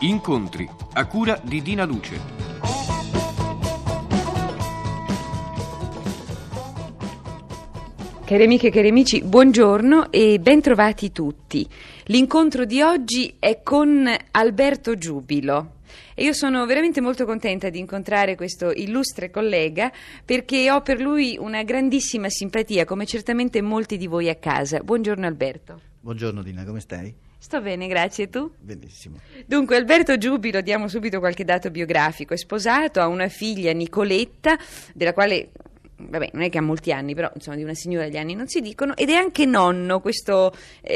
Incontri a cura di Dina Luce. Cari amiche e cari amici, buongiorno e ben trovati tutti. L'incontro di oggi è con Alberto Giubilo e io sono veramente molto contenta di incontrare questo illustre collega perché ho per lui una grandissima simpatia, come certamente molti di voi a casa. Buongiorno Alberto. Buongiorno Dina, come stai? Sto bene, grazie. E tu? Benissimo. Dunque, Alberto Giubilo, diamo subito qualche dato biografico. È sposato, ha una figlia, Nicoletta, della quale... Vabbè, non è che ha molti anni, però insomma di una signora gli anni non si dicono, ed è anche nonno, questo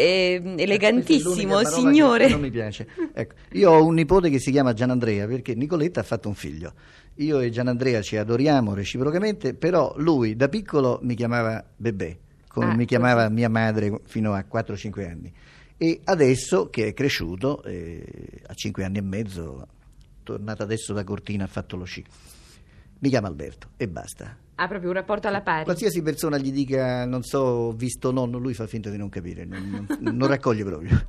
elegantissimo signore. Che non mi piace. Ecco, io ho un nipote che si chiama Gianandrea perché Nicoletta ha fatto un figlio. Io e Gianandrea ci adoriamo reciprocamente, però lui da piccolo mi chiamava Bebè, come mi chiamava mia madre fino a 4-5 anni. E adesso che è cresciuto, a 5 anni e mezzo, tornato adesso da Cortina, ha fatto lo sci. Mi chiama Alberto e basta. Ha proprio un rapporto alla pari. Qualsiasi persona gli dica, non so, ho visto nonno, lui fa finta di non capire, non raccoglie proprio.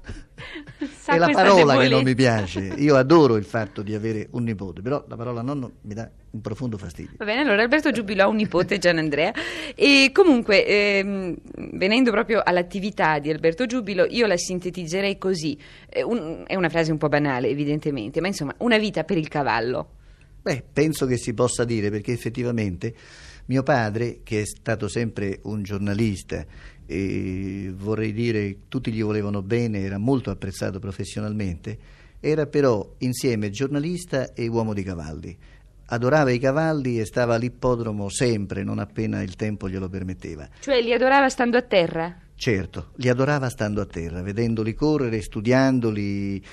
È la parola che non mi piace. Io adoro il fatto di avere un nipote, però la parola nonno mi dà un profondo fastidio. Va bene, allora Alberto Giubilo ha un nipote, Gianandrea, e comunque venendo proprio all'attività di Alberto Giubilo, io la sintetizzerei così, è una frase un po' banale evidentemente, ma insomma una vita per il cavallo. Beh, penso che si possa dire, perché effettivamente mio padre, che è stato sempre un giornalista e vorrei dire tutti gli volevano bene, era molto apprezzato professionalmente, era però insieme giornalista e uomo di cavalli. Adorava i cavalli e stava all'ippodromo sempre, non appena il tempo glielo permetteva. Cioè li adorava stando a terra? Certo, li adorava stando a terra, vedendoli correre, studiandoli,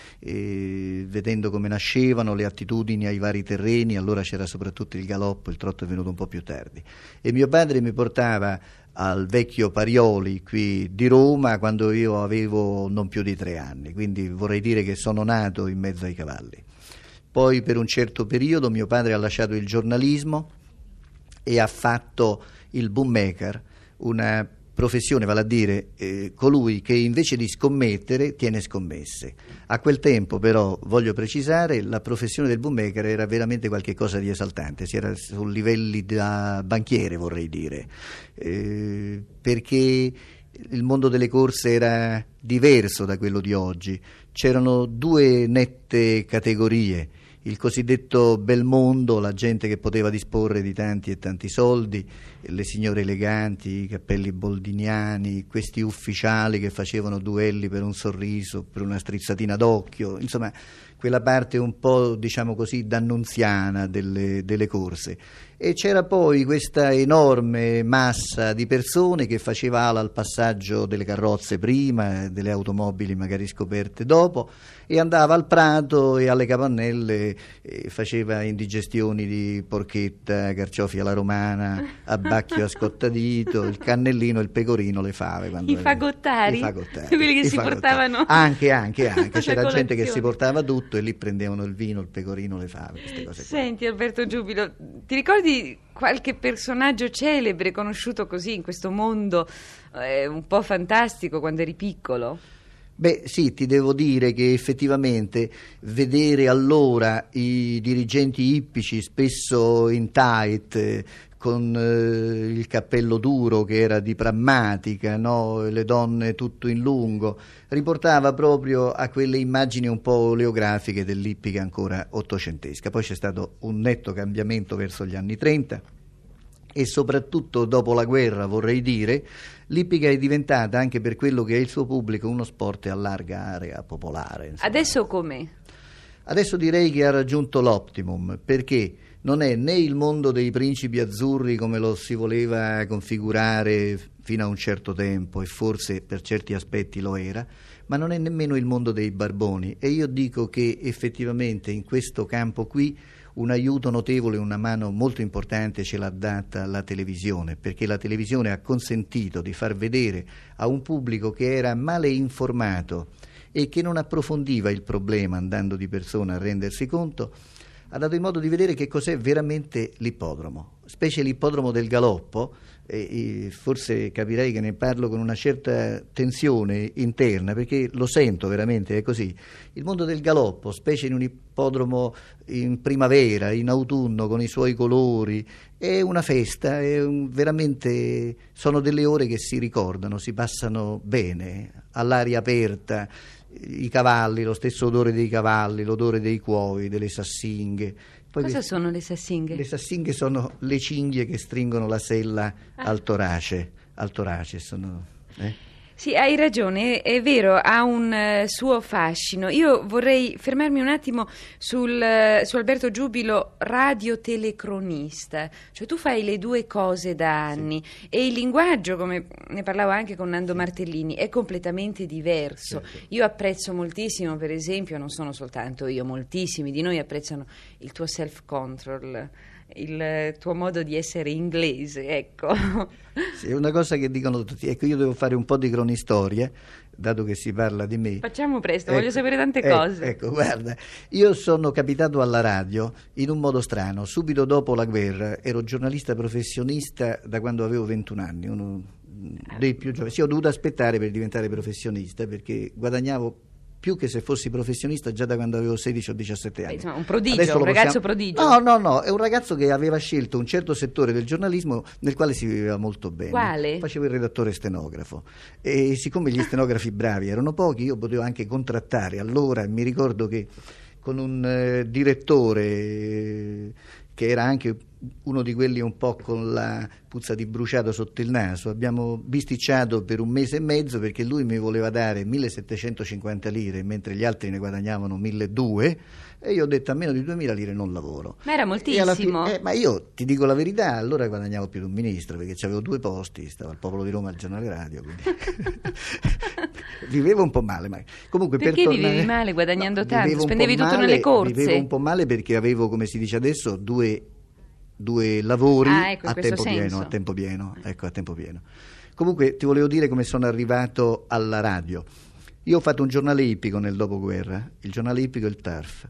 vedendo come nascevano, le attitudini ai vari terreni. Allora c'era soprattutto il galoppo, il trotto è venuto un po' più tardi. E mio padre mi portava al vecchio Parioli qui di Roma quando io avevo non più di 3 anni, quindi vorrei dire che sono nato in mezzo ai cavalli. Poi per un certo periodo mio padre ha lasciato il giornalismo e ha fatto il bookmaker, una professione, vale a dire colui che invece di scommettere tiene scommesse. A quel tempo però, voglio precisare, la professione del bookmaker era veramente qualche cosa di esaltante, si era su livelli da banchiere, vorrei dire, perché il mondo delle corse era diverso da quello di oggi. C'erano 2 nette categorie: il cosiddetto bel mondo, la gente che poteva disporre di tanti e tanti soldi, le signore eleganti, i cappelli boldiniani, questi ufficiali che facevano duelli per un sorriso, per una strizzatina d'occhio, insomma quella parte un po', diciamo così, d'annunziana delle corse. E c'era poi questa enorme massa di persone che faceva ala al passaggio delle carrozze prima, delle automobili magari scoperte dopo, e andava al prato e alle capannelle faceva indigestioni di porchetta, carciofi alla romana, abbacchio a scottadito, il cannellino, il pecorino, le fave. I fagottari? Quelli che si portavano anche c'era gente che si portava tutto e lì prendevano il vino, il pecorino, le fave, queste cose qua. Senti Alberto Giubilo, ti ricordi qualche personaggio celebre conosciuto così in questo mondo un po' fantastico quando eri piccolo? Beh sì, ti devo dire che effettivamente vedere allora i dirigenti ippici spesso in tight, con il cappello duro che era di prammatica, no? Le donne tutto in lungo, riportava proprio a quelle immagini un po' oleografiche dell'ippica ancora ottocentesca. Poi c'è stato un netto cambiamento verso gli anni 30 e soprattutto dopo la guerra, vorrei dire, l'ippica è diventata, anche per quello che è il suo pubblico, uno sport a larga area popolare. Insomma. Adesso com'è? Adesso direi che ha raggiunto l'optimum, perché non è né il mondo dei principi azzurri come lo si voleva configurare fino a un certo tempo, e forse per certi aspetti lo era, ma non è nemmeno il mondo dei barboni. E io dico che effettivamente in questo campo qui un aiuto notevole, una mano molto importante ce l'ha data la televisione, perché la televisione ha consentito di far vedere a un pubblico che era male informato e che non approfondiva il problema andando di persona a rendersi conto, ha dato il modo di vedere che cos'è veramente l'ippodromo, specie l'ippodromo del galoppo. Forse capirei che ne parlo con una certa tensione interna, perché lo sento veramente, è così. Il mondo del galoppo, specie in un ippodromo in primavera, in autunno, con i suoi colori, è una festa, veramente sono delle ore che si ricordano, si passano bene, all'aria aperta, i cavalli, lo stesso odore dei cavalli, l'odore dei cuovi, delle sassinghe. Poi Cosa sono le sassinghe? Le sassinghe sono le cinghie che stringono la sella al torace, sono... Sì, hai ragione, è vero, ha un suo fascino. Io vorrei fermarmi un attimo su Alberto Giubilo, radiotelecronista, cioè tu fai le due cose da anni, sì. E il linguaggio, come ne parlavo anche con Nando Martellini, è completamente diverso. Certo. Io apprezzo moltissimo, per esempio, non sono soltanto io, moltissimi di noi apprezzano il tuo self-control, il tuo modo di essere inglese, ecco. Sì, è una cosa che dicono tutti. Ecco, io devo fare un po' di cronistoria, dato che si parla di me. Facciamo presto, voglio sapere tante cose. Ecco, guarda, io sono capitato alla radio in un modo strano. Subito dopo la guerra ero giornalista professionista da quando avevo 21 anni, uno dei più giovani. Sì, ho dovuto aspettare per diventare professionista, perché guadagnavo più che se fossi professionista già da quando avevo 16 o 17 anni. Insomma, un prodigio, un ragazzo prodigio. No, è un ragazzo che aveva scelto un certo settore del giornalismo nel quale si viveva molto bene. Quale? Facevo il redattore stenografo e siccome gli stenografi bravi erano pochi, io potevo anche contrattare. Allora mi ricordo che con un direttore che era anche uno di quelli un po' con la puzza di bruciato sotto il naso, abbiamo bisticciato per un mese e mezzo perché lui mi voleva dare 1750 lire mentre gli altri ne guadagnavano 1200 e io ho detto a meno di 2000 lire non lavoro. Ma era moltissimo. Ma io ti dico la verità, allora guadagnavo più di un ministro perché avevo 2 posti, stava al Popolo di Roma al giornale radio, quindi vivevo un po' male. Ma comunque, perché per vivevi male guadagnando tanto? Spendevi tutto male, nelle corse? Vivevo un po' male perché avevo, come si dice adesso, due lavori ecco, a tempo pieno, ecco, a tempo pieno. Comunque ti volevo dire come sono arrivato alla radio. Io ho fatto un giornale ippico nel dopoguerra, il giornale ippico il TARF,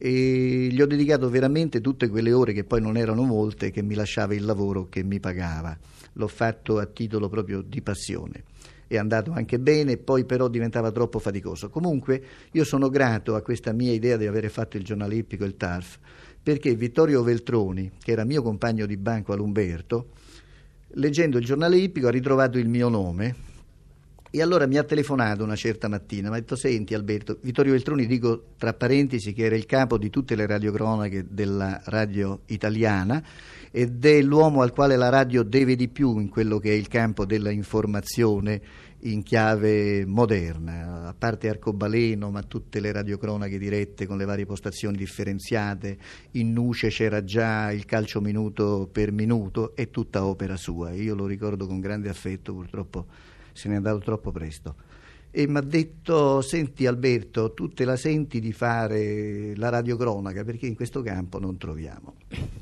e gli ho dedicato veramente tutte quelle ore, che poi non erano molte, che mi lasciava il lavoro che mi pagava. L'ho fatto a titolo proprio di passione. È andato anche bene, poi però diventava troppo faticoso. Comunque io sono grato a questa mia idea di avere fatto il giornale ippico il TARF, perché Vittorio Veltroni, che era mio compagno di banco all'Umberto, leggendo il giornale ippico ha ritrovato il mio nome e allora mi ha telefonato una certa mattina, mi ha detto: senti Alberto, Vittorio Veltroni, dico tra parentesi che era il capo di tutte le radiocronache della radio italiana ed è l'uomo al quale la radio deve di più in quello che è il campo della informazione in chiave moderna, a parte Arcobaleno, ma tutte le radiocronache dirette con le varie postazioni differenziate, in Nuce c'era già il calcio minuto per minuto, è tutta opera sua. Io lo ricordo con grande affetto, purtroppo se n'è andato troppo presto. E mi ha detto: senti Alberto, tu te la senti di fare la radiocronaca perché in questo campo non troviamo.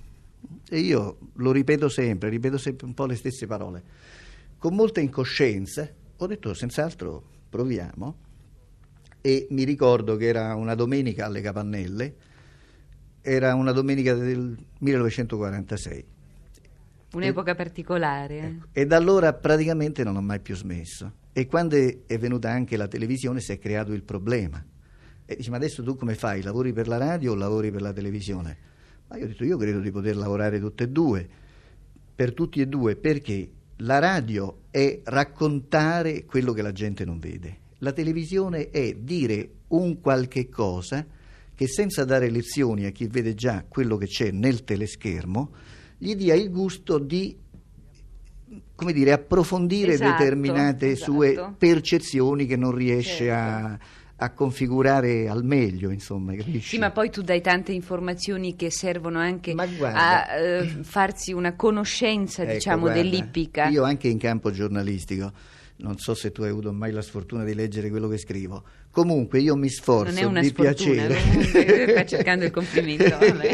E io lo ripeto sempre un po' le stesse parole, con molta incoscienza. Ho detto senz'altro proviamo, e mi ricordo che era una domenica alle Capannelle, era una domenica del 1946. Un'epoca particolare. Ecco, e da allora praticamente non ho mai più smesso. E quando è venuta anche la televisione si è creato il problema. E dice: ma adesso tu come fai? Lavori per la radio o lavori per la televisione? Ma io ho detto: io credo di poter lavorare tutte e due, per tutti e due, perché la radio è raccontare quello che la gente non vede. La televisione è dire un qualche cosa che, senza dare lezioni a chi vede già quello che c'è nel teleschermo, gli dia il gusto di, come dire, approfondire determinate sue percezioni che non riesce a configurare al meglio, insomma, capisci? Sì, ma poi tu dai tante informazioni che servono anche a farsi una conoscenza, diciamo, dell'ippica. Io anche in campo giornalistico, non so se tu hai avuto mai la sfortuna di leggere quello che scrivo, comunque io mi sforzo non è una di sfortuna, piacere. Sta cercando il complimento.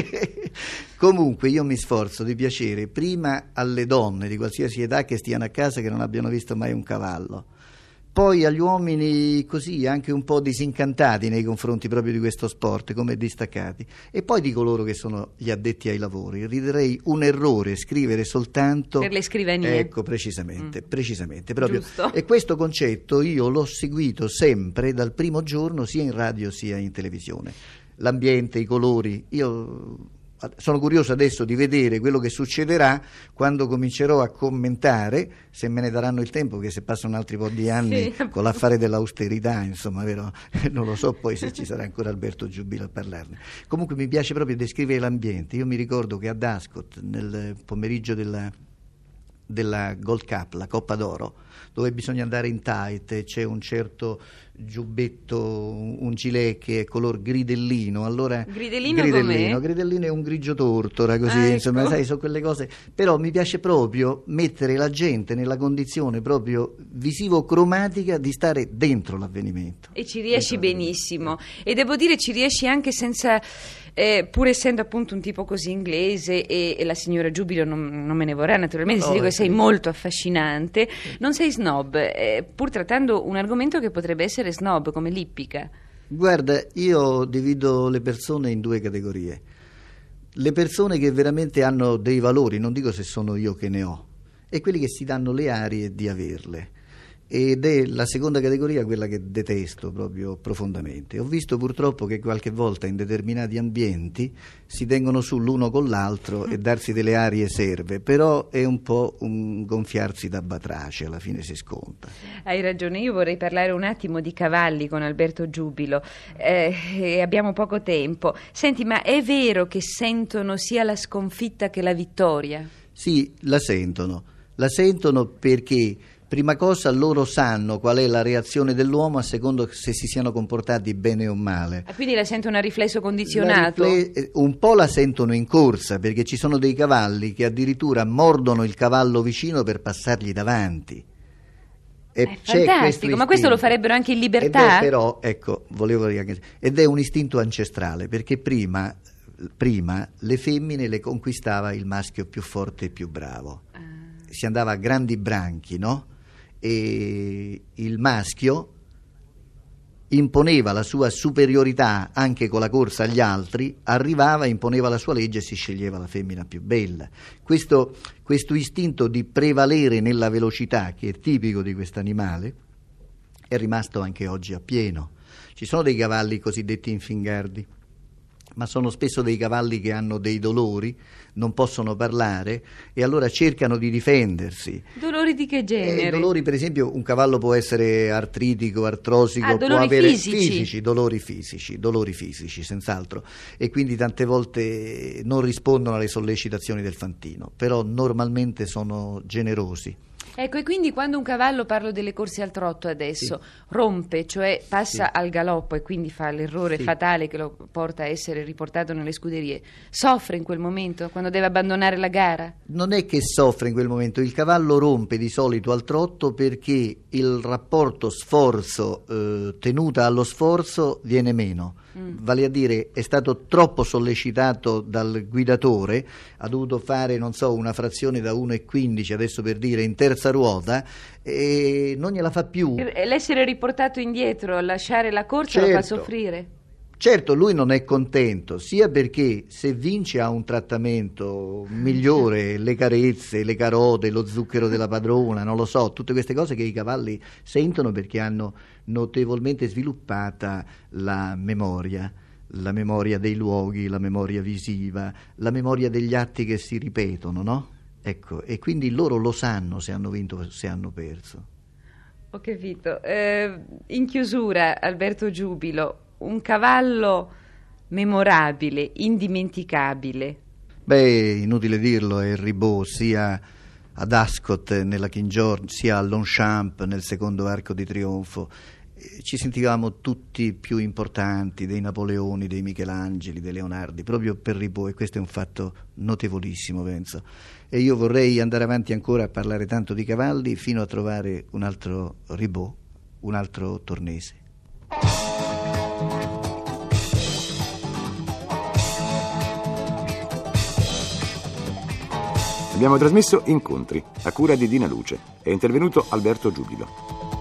Comunque io mi sforzo di piacere prima alle donne di qualsiasi età che stiano a casa, che non abbiano visto mai un cavallo, poi agli uomini così anche un po' disincantati nei confronti proprio di questo sport, come distaccati, e poi di coloro che sono gli addetti ai lavori. Riterrei un errore scrivere soltanto per le scrivanie. Ecco, precisamente proprio. Giusto. E questo concetto io l'ho seguito sempre dal primo giorno, sia in radio sia in televisione. L'ambiente, i colori, io sono curioso adesso di vedere quello che succederà quando comincerò a commentare, se me ne daranno il tempo, che se passano altri po' di anni con l'affare dell'austerità, insomma, vero? Non lo so poi se ci sarà ancora Alberto Giubilo a parlarne. Comunque mi piace proprio descrivere l'ambiente. Io mi ricordo che ad Ascot, nel pomeriggio della Gold Cup, la Coppa d'Oro, dove bisogna andare in tight, c'è un certo giubbetto, un gilet che è color gridellino. Allora gridellino è un grigio tortora, così, insomma, ecco. Sai, sono quelle cose. Però mi piace proprio mettere la gente nella condizione proprio visivo-cromatica di stare dentro l'avvenimento. E ci riesci benissimo. E devo dire ci riesci anche senza, pur essendo appunto un tipo così inglese, e la signora Giubilo non me ne vorrà naturalmente, se dico che sei molto affascinante, non sei snob, pur trattando un argomento che potrebbe essere snob come l'ippica. Guarda, io divido le persone in due categorie: le persone che veramente hanno dei valori, non dico se sono io che ne ho, e quelli che si danno le arie di averle. Ed è la seconda categoria quella che detesto proprio profondamente. Ho visto purtroppo che qualche volta in determinati ambienti si tengono su l'uno con l'altro e darsi delle arie serve, però è un po' un gonfiarsi da batrace, alla fine si sconta. Hai ragione, io vorrei parlare un attimo di cavalli con Alberto Giubilo, e abbiamo poco tempo. Senti, ma è vero che sentono sia la sconfitta che la vittoria? Sì, la sentono perché prima cosa loro sanno qual è la reazione dell'uomo a secondo se si siano comportati bene o male. Quindi la sentono a riflesso condizionato? Un po' la sentono in corsa, perché ci sono dei cavalli che addirittura mordono il cavallo vicino per passargli davanti. È fantastico, ma questo lo farebbero anche in libertà? Ed è un istinto ancestrale, perché prima le femmine le conquistava il maschio più forte e più bravo. Si andava a grandi branchi, no? E il maschio imponeva la sua superiorità anche con la corsa agli altri, arrivava, imponeva la sua legge e si sceglieva la femmina più bella. Questo istinto di prevalere nella velocità, che è tipico di questo animale, è rimasto anche oggi appieno. Ci sono dei cavalli cosiddetti infingardi, ma sono spesso dei cavalli che hanno dei dolori, non possono parlare e allora cercano di difendersi. Dolori di che genere? Dolori, per esempio, un cavallo può essere artritico, artrosico, può dolori avere fisici, dolori fisici, senz'altro, e quindi tante volte non rispondono alle sollecitazioni del fantino, però normalmente sono generosi. Ecco, e quindi quando un cavallo, parlo delle corse al trotto adesso, rompe, cioè passa al galoppo e quindi fa l'errore fatale che lo porta a essere riportato nelle scuderie, soffre in quel momento quando deve abbandonare la gara? Non è che soffre in quel momento, il cavallo rompe di solito al trotto perché il rapporto sforzo tenuta allo sforzo viene meno. Vale a dire, è stato troppo sollecitato dal guidatore, ha dovuto fare, non so, una frazione da 1,15 adesso per dire in terza ruota e non gliela fa più. L'essere riportato indietro, lasciare la corsa, lo fa soffrire. Certo, lui non è contento, sia perché se vince ha un trattamento migliore, le carezze, le carote, lo zucchero della padrona, non lo so, tutte queste cose che i cavalli sentono perché hanno notevolmente sviluppata la memoria dei luoghi, la memoria visiva, la memoria degli atti che si ripetono, no? Ecco, e quindi loro lo sanno se hanno vinto o se hanno perso. Ho capito. In chiusura, Alberto Giubilo, un cavallo memorabile, indimenticabile? Beh, inutile dirlo, è Ribot, sia ad Ascot nella King George, sia a Longchamp nel secondo Arco di Trionfo. Ci sentivamo tutti più importanti dei Napoleoni, dei Michelangeli, dei Leonardi, proprio per Ribot, e questo è un fatto notevolissimo, penso. E io vorrei andare avanti ancora a parlare tanto di cavalli fino a trovare un altro Ribot, un altro Tornese. Abbiamo trasmesso Incontri, a cura di Dina Luce. È intervenuto Alberto Giubilo.